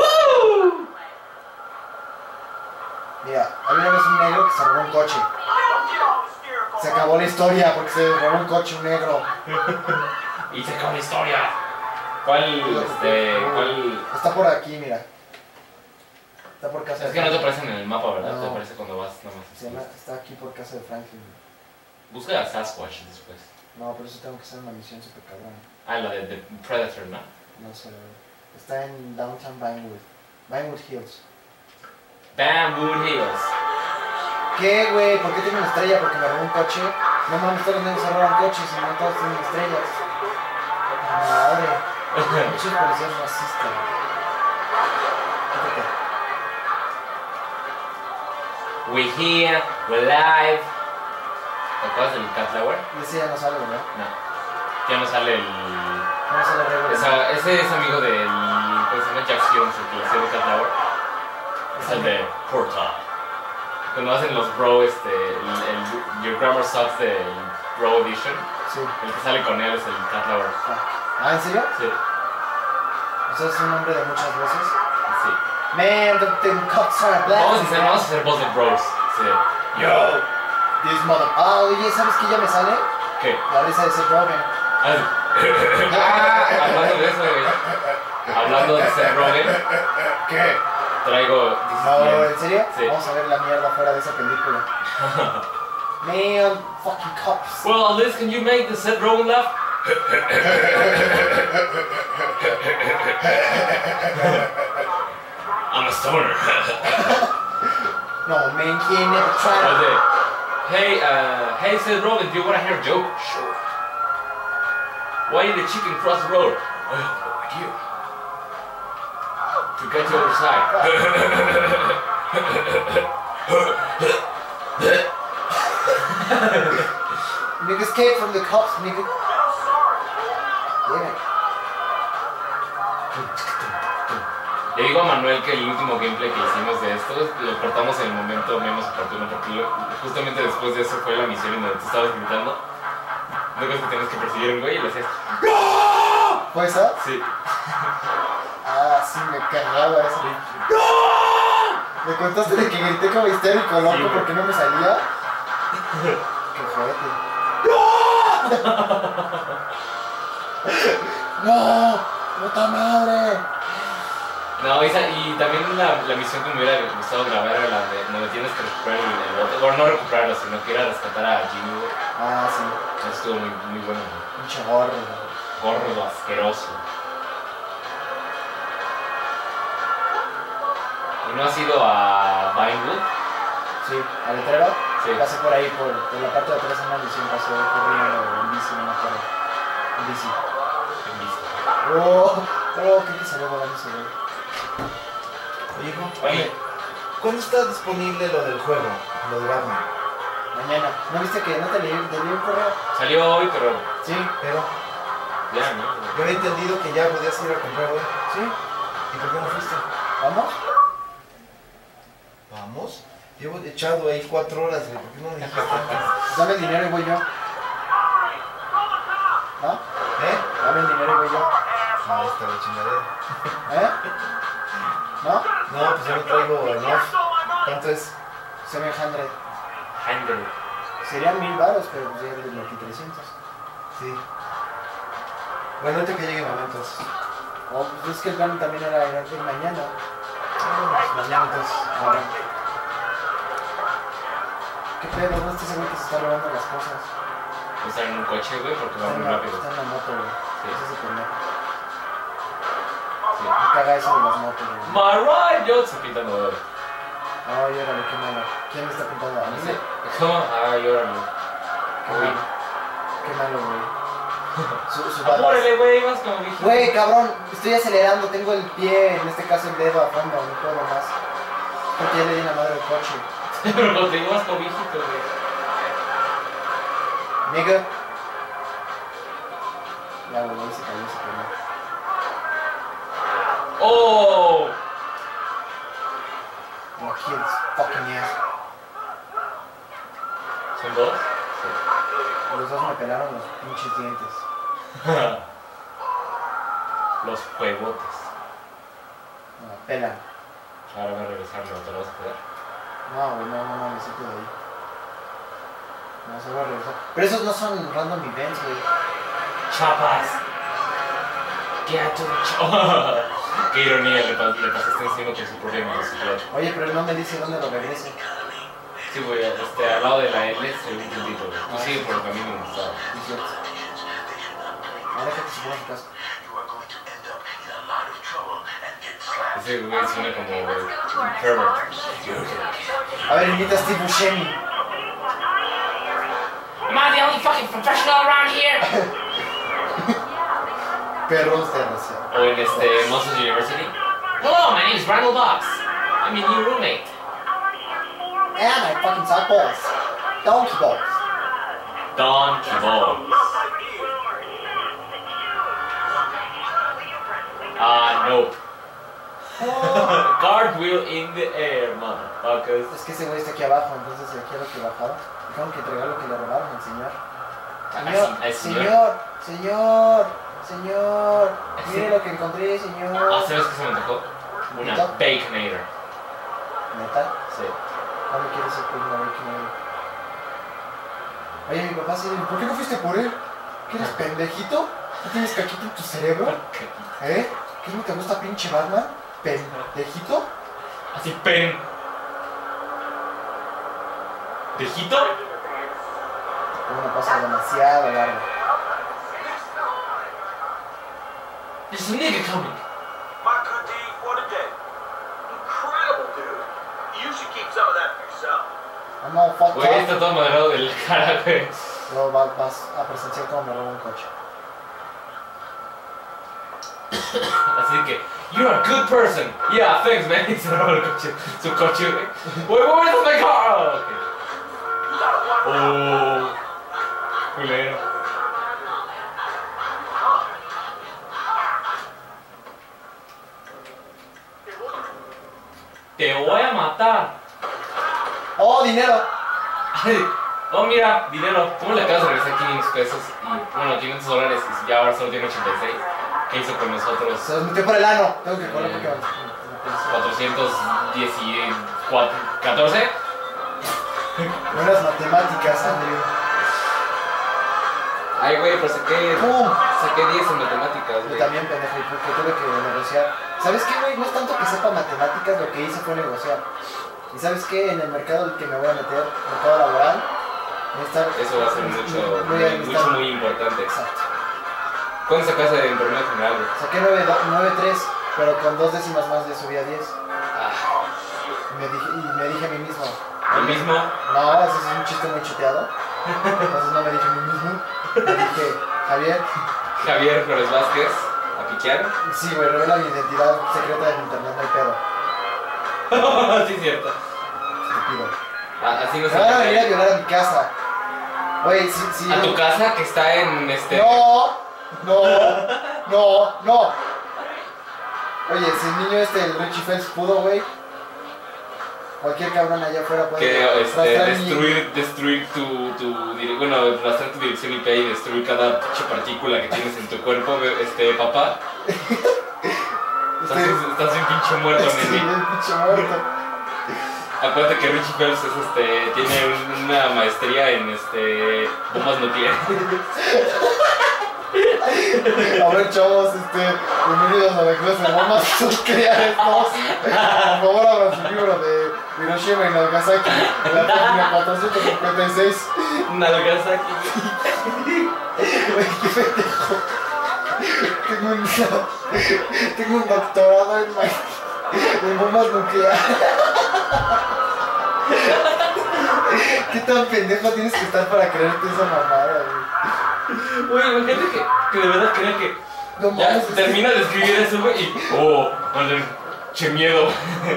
Mira, había una vez un negro que se robó un coche. Se acabó la historia porque se robó un coche un negro. Y se acaba la historia. ¿Cuál? Está por aquí, mira. Está por casa Es que no te aparecen en el mapa, ¿verdad? No. Te aparece cuando vas nada más. Está aquí por casa de Franklin. Busca a Sasquatch después. No, pero eso tengo que hacer una misión super cabrón. Ah, la de Predator, ¿no? No sé. Está en Downtown Vinewood. Vinewood Hills. Bamboo Hills. ¿Qué, güey? ¿Por qué tiene una estrella? Porque me robó un coche. No mames, todos los niños se roban coches y no todos tienen estrellas. Madre. Muchos policías racistas. Quítate. We're here, we're live. ¿Te acuerdas del Cat Flower? Y ese ya no sale, ¿verdad? No. Ya no sale el. No sale Rebel. Ese es amigo del. ¿Cómo se llama? Jack Jones, el que le hacía de Cat Flower. Es el de Portal. Cuando hacen los Bro, el Your Grammar Sucks del Bro Edition, Sí. el que sale con él es el Cat Flower. Ah, ¿en serio? Sí, O sea, es un hombre de muchas voces. sí. Man, the cops are black. Vamos a hacer voz de Bros. Sí. Yo. This mother. Ah, oye, ¿sabes qué ya me sale? ¿Qué? La risa de Seth Rogen. Hablando de eso, güey. Hablando de Seth Rogen, ¿Qué? traigo. No, ¿en serio? Sí. Vamos a ver la mierda fuera de esa película. Man, fucking cops. Well, at least can you make the Seth Rogen laugh? I'm a stoner. No, man, he ain't never tried. Hey Seth Rogen, do you want to hear a joke? Sure. Why did the chicken cross the road? I have no idea. To get to the other side. Nigga escape from the cops, nigga. Damn it. Le digo a Manuel que el último gameplay que hicimos de esto lo cortamos en el momento menos oportuno porque justamente después de eso fue la misión en donde tú estabas gritando. Luego es que tienes que perseguir a un güey y le hacías ¡No! ¿Fue esa? Sí. Ah, sí, me cagaba eso. Me contaste de que grité como histérico, loco, Sí, güey. porque no me salía. Qué jodete. ¡No! ¡Puta madre! No, y también la misión que me hubiera gustado grabar era la de donde tienes que recuperar el bote. Bueno, no recuperarlo, sino que ir a rescatar a Jimmy, güey. Ah, sí. Eso estuvo muy, muy bueno, güey. Pinche gorro, güey. Gordo, asqueroso. ¿Y no has ido a Vinewood? Sí, al letrero. Sí. Pasé por ahí, por la parte de atrás en la misión, pasé corriendo en bici, no me acuerdo. En bici. En bici. Oh, ¿qué salió volando ese güey? Oye, hijo, Oye. ¿cuándo está disponible lo del juego? Lo de Batman. Mañana. ¿No viste que no te leí un correo? Salió hoy, pero Sí, Pero ya, ¿no? yo había entendido que ya podías ir a comprar hoy. sí. ¿Y por qué no fuiste? ¿Vamos? Vamos. Llevo echado ahí 4 horas, güey. ¿Por qué no me dijiste antes? Dame el dinero y voy yo. ¿No? ¿Eh? Dame el dinero y voy yo. No, esta la chingadera. ¿Eh? ¿No? No, pues yo no traigo enough. ¿Cuánto es? 700. Handle. Serían 1000 baros, pero pues ya de aquí 300. Sí. Bueno, ahorita que llegue el momento. Oh, pues es que el plan también era ir mañana. Pues mañana entonces. Ahora. ¿Qué pedo? ¿No estás seguro que se está robando las cosas? Estar en un coche, güey, porque va Está en muy la, rápido. está en la moto, güey. Sí. Ese es el pendejo. Sí. Me caga eso de las motos, güey. My right, yo se pintando de oro. Ay, órale, qué malo. ¿Quién me está pintando? ¿A mí? No sé. ¿Cómo? Ay, órale. Qué Uy. malo. Qué malo, güey. Su Apúrale, güey, vas como viejito. Güey, cabrón, estoy acelerando, tengo el pie, en este caso el dedo a fondo, no puedo más. Porque ya le di la madre al coche. Pero cuando te ibas como viejito, güey. Nigga. Ya, güey, ahí se cayó. ¡Oh! My kids, fucking ass. ¿Son dos? Los dos me pelaron los pinches dientes. Los huevotes. Me pelan. Ahora voy a regresarlo, ¿te lo vas a quedar? No, güey, no, me saco de ahí. No, se va a regresar. Pero esos no son random events, güey. Chapas. Get to the chapas. Qué ironía le pasaste encima con su propia motocicleta. Oye, pero él no me dice dónde lo regrese. Sí, güey, al lado de la L se ve un puntito, güey. Tú sigue por el camino donde estaba. Es cierto. Ahora que te se ponga su casco. Ese güey suena como Herbert. A ver, invita a Steve Buscemi. Am I the only fucking professional around here? Perros de Rusia. O en Monsters University. Hello, my name is Randall Box. I'm your new roommate. And I fucking suck balls. Donkey balls. Donkey Balls. No. Cartwheel in the air, motherfuckers. Es que ese güey está aquí abajo, entonces le quiero que bajara. Tengo que entregar lo que le robaron al señor. Señor, mire lo que encontré, señor. Ah, ¿sabes qué se me antojó? Una ¿Neta? Baconator. ¿Neta? Sí. ¿Cuándo quieres ir por una Baconator? Oye, mi papá sí, ¿por qué no fuiste por él? ¿Qué eres pendejito? ¿No tienes caquita en tu cerebro? ¿Eh? ¿Qué no te gusta, pinche Batman? ¿Pendejito? Así, pen. ¿Tejito? Una cosa demasiado larga. There's a nigga coming. My good deed for the day. Incredible, dude. You should keep some of that for yourself. I'm all fucked Güey, up. está todo moderado de la cara, güey. Luego vas a presenciar cómo me robo un coche. Así que, you're a good person. Yeah, thanks, man. Y se roba el coche, su coche, güey. Wait, where's my car? Oh, okay. Oh, culero. Te voy a matar. ¡Oh, dinero! Ay, oh, mira, dinero. ¿Cómo le acabas de regresar 500 pesos? Y, bueno, 500 dólares y ya ahora solo tiene 86. ¿Qué hizo con nosotros? Se los metió por el ano. Tengo que correr porque... 14. Buenas matemáticas, Andrew. Ay, güey, pero saqué 10 en matemáticas, Yo güey. también, pendejo, y porque tuve que negociar. ¿Sabes qué, güey? No es tanto que sepa matemáticas, lo que hice fue negociar. ¿Y sabes qué? En el mercado al que me voy a meter, mercado laboral, Eso va a ser muy importante. Exacto. ¿Cuánto sacaste en promedio general, güey? Saqué 9.3, pero con 2 décimas más ya subí a 10. Ah, Y me dije a mí mismo. ¿lo mismo? No, ese es un chiste muy chuteado. Entonces no me dije a mí mismo. Me dije, Javier Flores Vázquez, a piquear. sí, güey, revela mi identidad secreta del internet, no hay pedo. Sí, cierto. Estúpido. Así no se Me van a venir a llama. violar a mi casa. Güey, sí. A tu casa que está en No. Oye, si el niño el Richie Phelps pudo, güey. Cualquier cabrón allá afuera puede Que rastrear mi- destruir rastrear tu dirección IP y destruir cada pinche partícula que tienes en tu cuerpo, papá. Estás bien pinche muerto, Sí, nene. el pinche muerto. Acuérdate que Richie Phelps tiene una maestría en bombas nucleares. A ver, chavos, bienvenidos a la clase de bombas nucleares 2. Por favor, abran su libro de Hiroshima y Nagasaki, en la página 456. Nagasaki. Güey, qué pendejo. Tengo un doctorado en bombas nucleares. ¿Qué tan pendejo tienes que estar para creerte esa mamada, güey? Güey, imagínate que de verdad crea que No ya mames, termina de escribir eso, güey, y madre, che miedo.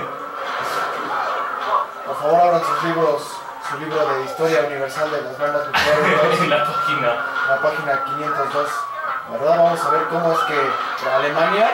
Por favor, abran sus libros, su libro de Historia Universal de las Bombas Nucleares, En la página. la página 502. ¿Verdad? Vamos a ver cómo es que Alemania,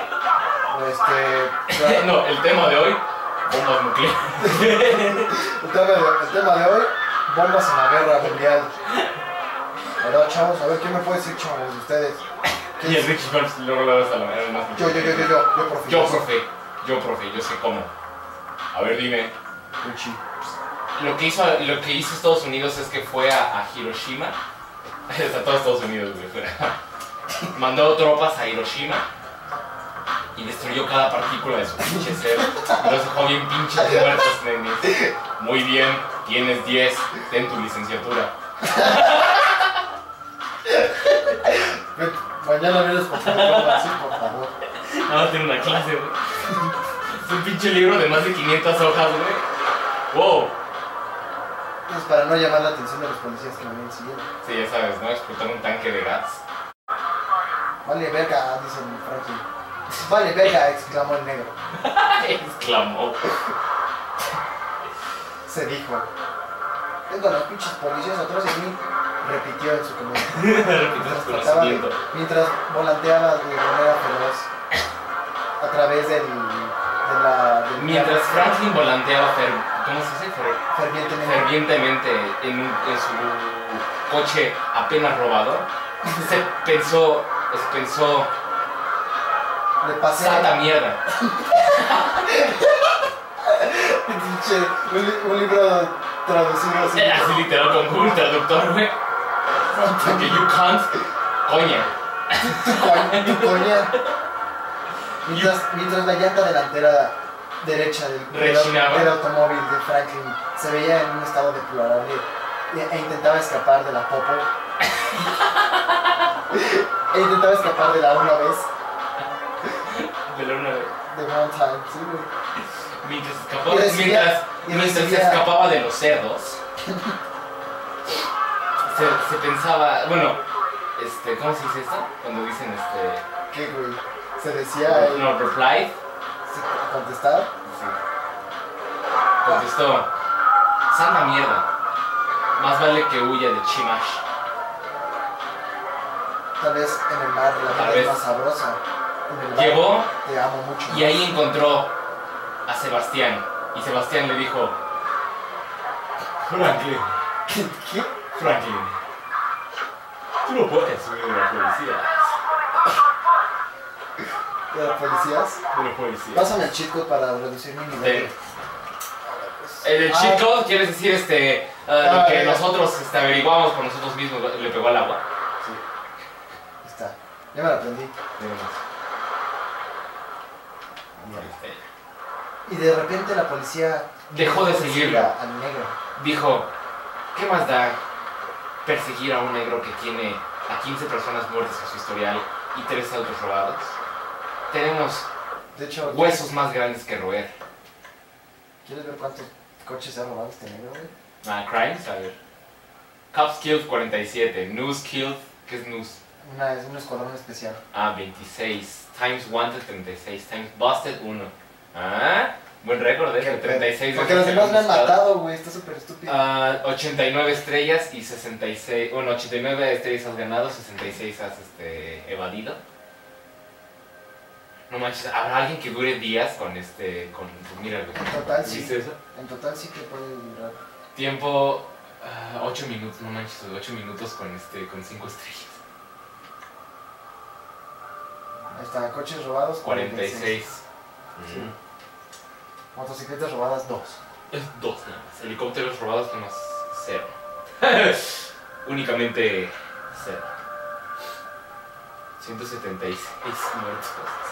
No, el tema de hoy, bombas nucleares. el tema de hoy, bombas en la guerra mundial. ¿Verdad, chavos? A ver, ¿quién me puede decir, chavos, de ustedes? Y el Richie Phelps luego lo ves a la manera más. Yo, profe. Yo, profe, yo sé cómo. A ver, dime. Richie. Lo que hizo Estados Unidos es que fue a Hiroshima. Está todo Estados Unidos, güey, fuera. mandó tropas a Hiroshima y destruyó cada partícula de su pinche ser. Y los dejó bien pinches muertos, nenes. Muy bien, tienes 10, ten tu licenciatura. Mañana vienes por favor, así, por favor. No, tiene una clase, güey. Es un pinche libro de más de 500 hojas, güey. Wow. Pues para no llamar la atención de los policías que me vienen siguiendo. Sí, ya sabes, ¿no? Explotar un tanque de gas. Vale verga, dice Franklin. Vale verga, exclamó el negro. Exclamó. Se dijo. Tengo a los pinches policías atrás de mí. Repitió en su comentario. Mientras volanteaba de manera feroz a través del mientras Franklin volanteaba ¿cómo se dice? Fervientemente en su coche apenas robado, se pensó le pasé santa mierda. un libro traducido así. Así literal con Google Traductor, güey. Porque you can't, coña. Tu coña. Mientras la llanta delantera derecha del automóvil de Franklin se veía en un estado deplorable e intentaba escapar de la popo. Intentaba escapar de la una vez. De la una vez. De one time, sí, güey. Mientras se escapaba de los cerdos, se pensaba, bueno, ¿cómo se dice esto? Cuando dicen ¿qué, güey? Se decía no, reply. ¿Contestar? Sí. Contestó, santa mierda, más vale que huya de Chimash. Tal vez en el mar la vida es más sabrosa. Llegó te amo mucho. Y ahí encontró a Sebastián. Y Sebastián le dijo, Franklin. ¿Qué? Franklin, tú no puedes huir de la policía. ¿De los policías? De los policías. Pásame el cheat code para reducir mi nivel. El cheat code quiere decir lo que nosotros averiguamos por nosotros mismos, le pegó al agua. Sí. Está. Ya me lo aprendí. Y de repente la policía dejó de seguirlo. Al negro. Dijo, ¿qué más da perseguir a un negro que tiene a 15 personas muertas en su historial y 3 autos robados? Tenemos de hecho, huesos más grandes que roer. ¿Quieres ver cuántos coches se ha robado este negro, güey? Crimes, a ver. Cops killed 47, News killed, ¿qué es News? Es un escuadrón especial. 26, Times Wanted 36, Times Busted 1. Buen récord, 36. Porque los demás me han matado, güey, está súper estúpido. 89 estrellas y 66, 89 estrellas has ganado, 66 has evadido. No manches, ¿habrá alguien que dure días con mira, güey? En total sí. ¿Viste eso? En total sí que puede durar. Tiempo, 8 minutos, no manches, 8 minutos con 5 estrellas. Ahí está, coches robados 46. Sí. Motocicletas robadas 2. Es 2 nada más. Helicópteros robados nomás 0. Únicamente 0. 176 muertos.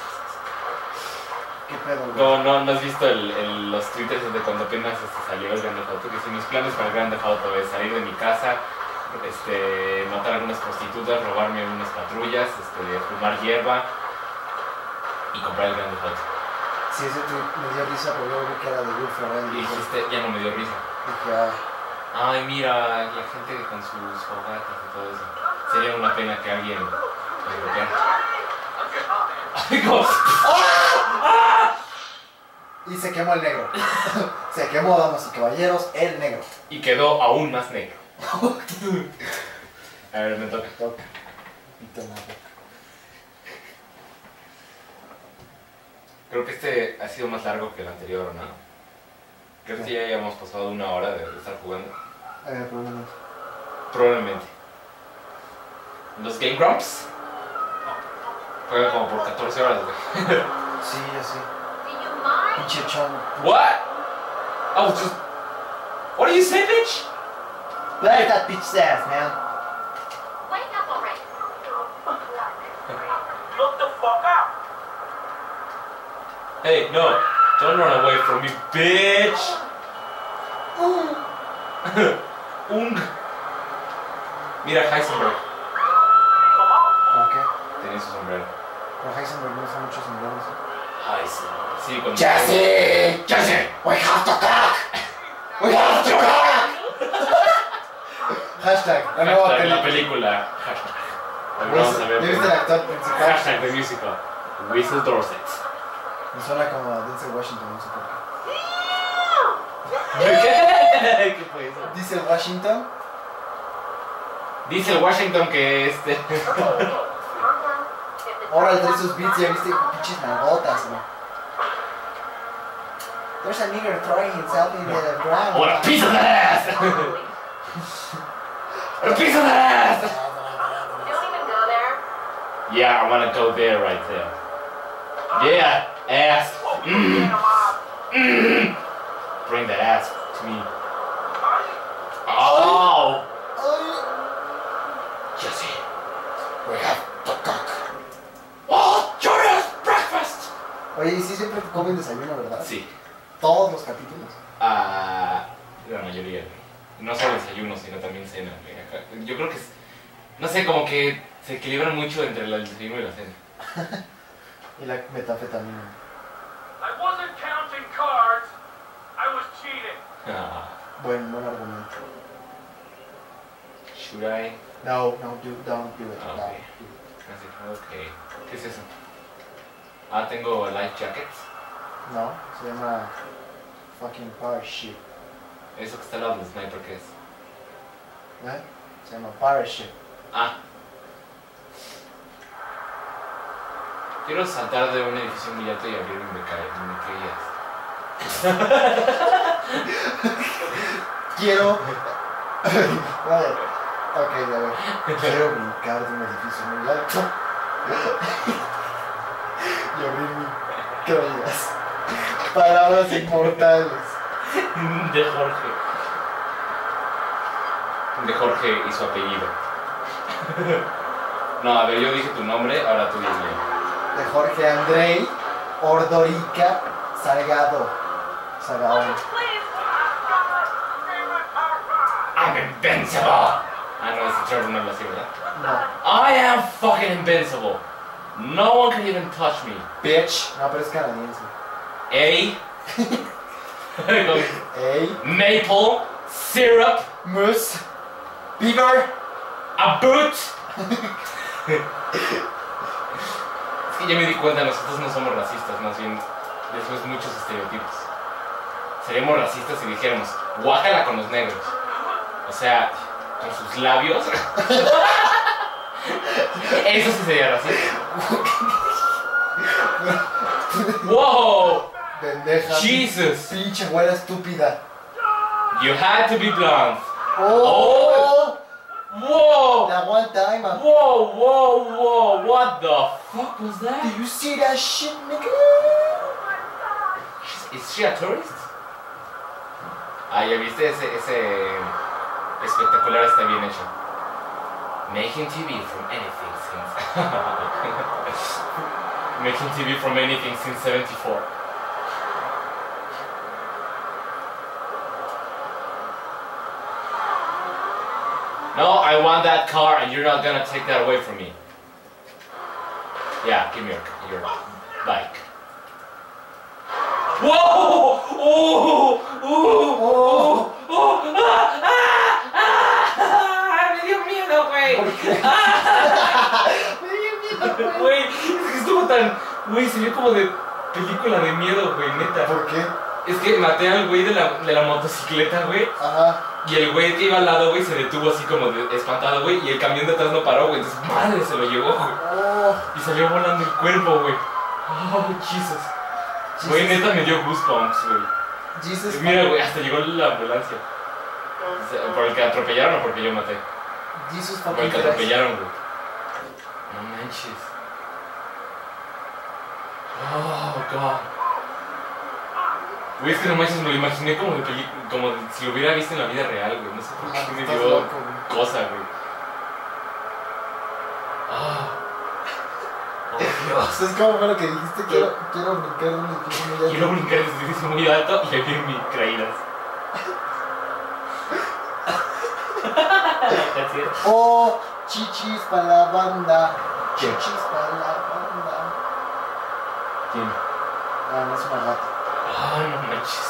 ¿Qué pedo, güey? ¿No has visto los twitters de cuando apenas salió el Grand Theft Auto? Que si mis planes para el Grand Theft Auto es salir de mi casa, matar a algunas prostitutas, robarme unas patrullas, fumar hierba y comprar el Grand Theft Auto. Sí, ese tweet me dio risa, pero yo vi que era de Will Ferrell. Y dijiste, ya no me dio risa. Dije, ay, mira, la gente con sus fogatas y todo eso. Sería una pena que alguien me bloqueara. ¡Ay, Dios! Y se quemó el negro. Se quemó, damas y caballeros, el negro. Y quedó aún más negro. A ver, me toca. Creo que ha sido más largo que el anterior, ¿no? Creo que ya hayamos pasado 1 hora de estar jugando. Probablemente. Probablemente. Los Game Grumps juegan como por 14 horas, güey. Sí, ya sé. Pinche chon. What? I was just... What do you say, bitch? Like that bitch's ass, man. Wake up already. Hey, no. Don't run away from me, bitch. Mira, Heisenberg. ¿Por qué? Tenía su sombrero. Pero Heisenberg no usa muchos sombreros. Heisenberg. Sí, con... Jesse! We have to talk! We have to talk! Hashtag, la nueva Hashtag la película. película. Hashtag. Vamos a ver. ¿Ya viste el actor principal? Hashtag the musical. Whistle Dorset. Me suena como a Denzel Washington, no sé por qué. ¿Qué fue eso? Denzel Washington. Dice el Washington que Ahora trae sus beats, ya viste pinches nagotas, güey. There's a nigger throwing himself in the ground. What a piece of ass! What a piece of ass! You don't even go there. Yeah, I wanna go there right there. Yeah, ass. Bring that ass to me. Oh! Jesse, we have to cook. Oh, Julius, breakfast! Oye, y sí siempre comen desayuno, ¿verdad? Sí. Todos los capítulos. La mayoría, güey. No solo desayuno, sino también cena, güey. Yo creo que es, no sé, como que se equilibran mucho entre el desayuno y la cena. Y la metafetamina. I wasn't counting cards. I was cheating. Buen argumento. Should I? No, don't do it. Ah, No. ok. Ok. ¿Qué es eso? Tengo life jackets. No, se llama fucking parachute. Eso que está al lado del sniper, ¿qué es? ¿Eh? Se llama parachute. Quiero saltar de un edificio muy alto y abrir mi Quiero. Vale. Ok, a ver. Quiero brincar de un edificio muy alto y abrir mi caídas. Palabras inmortales. De Jorge y su apellido. No, a ver, yo dije tu nombre, ahora tú dime. De Jorge Andrei Ordorica Salgado. Salgado. I'm invincible! No, es Trevor Noah así, ¿verdad? No. I am fucking invincible! No one can even touch me. Bitch. No, pero es canadiense. A. Ey. Maple syrup. Moose. Beaver. A boot. Es que ya me di cuenta, nosotros no somos racistas, más bien decimos muchos estereotipos. Seríamos racistas si dijéramos guácala con los negros. O sea, con sus labios. Eso sí sería racista. Wow! Pendeja. Jesus! Pinche güera estúpida. You had to be blonde. Oh. Whoa! That one time. Whoa! What the fuck was Do that? you see that shit, nigga? Is she a tourist? Ya viste ese espectacular, está bien hecho. Making TV from anything since making TV from anything since 74. No, I want that car and you're not gonna take that away from me. Yeah, give me your bike. Whoa! Me dio miedo, güey. Güey, es que estuvo tan... Güey, se vio como de película de miedo, güey, neta. ¿Por qué? Es que maté al güey de la motocicleta, güey. Ajá. Y el güey que iba al lado, güey, se detuvo así como espantado, güey. Y el camión de atrás no paró, güey. Entonces, madre, se lo llevó, güey. Oh. Y salió volando el cuerpo, güey. Oh, Jesus. Güey, neta me dio goosebumps, güey. Jesus. Mira, güey, hasta llegó la ambulancia. ¿Por el que atropellaron o porque yo maté? Jesus Por fucking el que Christ. atropellaron, güey. No manches. Oh, God. Güey, es que no manches, me lo imaginé como de película, como si lo hubiera visto en la vida real, güey. No sé por qué me Estás dio loco, güey. cosa, güey. Oh, Dios. pendejos. Es como fue lo que dijiste, quiero brincar de un edificio muy alto. Quiero brincar desde un edificio muy alto y abrir mis caídas. ¿Es cierto? Oh, chichis para la banda. ¿Quién? Chichis para la banda. ¿Quién? Ah, no es una rata. Ah, no manches.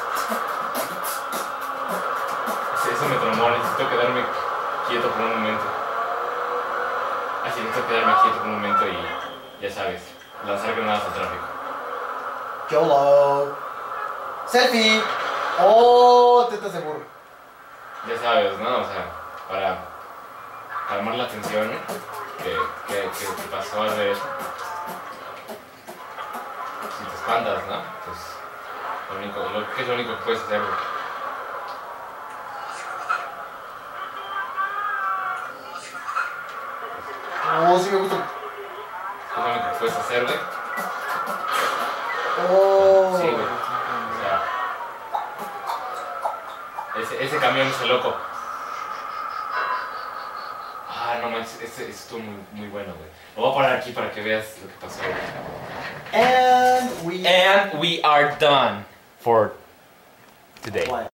Eso me traumó, necesito quedarme quieto por un momento. Así necesito quedarme quieto por un momento y, ya sabes, lanzar granadas al tráfico. YOLO. Selfie. Oh, tetas de burro. Ya sabes, ¿no? O sea, para calmar la tensión que pasó al ver eso. Si te espantas, ¿no? Pues ¿qué es lo único que puedes hacer? Oh, sí me gusta. ¿Qué es lo único que puedes hacer, güey? Oh. Sí, güey. O sea, ese camión es loco. Ah, no manches, ese estuvo muy bueno, güey. Lo voy a parar aquí para que veas lo que pasó. And we And we are done for today.